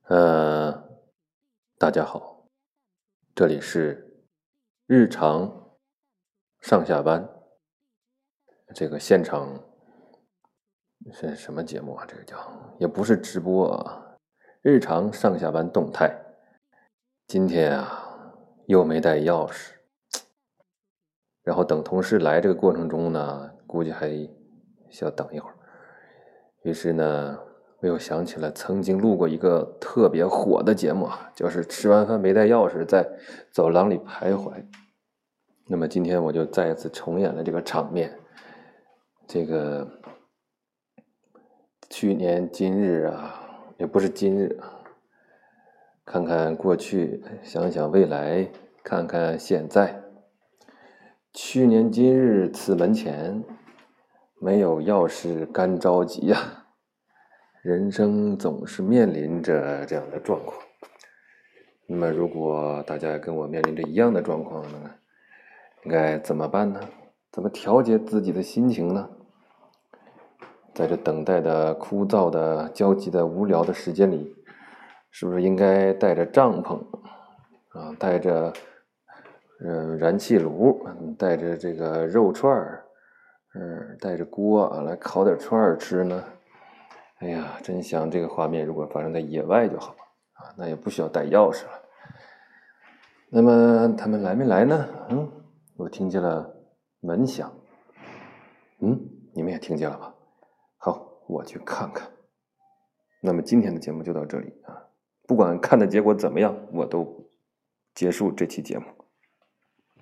呃，大家好，这里是日常上下班。这个现场是什么节目啊？这个叫也不是直播啊，日常上下班动态。今天啊，又没带钥匙，然后等同事来这个过程中呢，估计还需要等一会儿。于是呢，我又想起了曾经录过一个特别火的节目啊，就是吃完饭没带钥匙，在走廊里徘徊。那么今天我就再一次重演了这个场面。这个去年今日啊，也不是今日啊，看看过去，想想未来，看看现在。去年今日此门前，没有钥匙干着急呀。人生总是面临着这样的状况。那么如果大家跟我面临着一样的状况呢，应该怎么办呢？怎么调节自己的心情呢？在这等待的枯燥的焦急的无聊的时间里，是不是应该带着帐篷啊，带着燃气炉，带着这个肉串儿，带着锅啊来烤点串儿吃呢？哎呀，真想这个画面如果发生在野外就好啊，那也不需要带钥匙了。那么他们来没来呢？我听见了门响。你们也听见了吧？好，我去看看。那么今天的节目就到这里啊，不管看的结果怎么样，我都结束这期节目。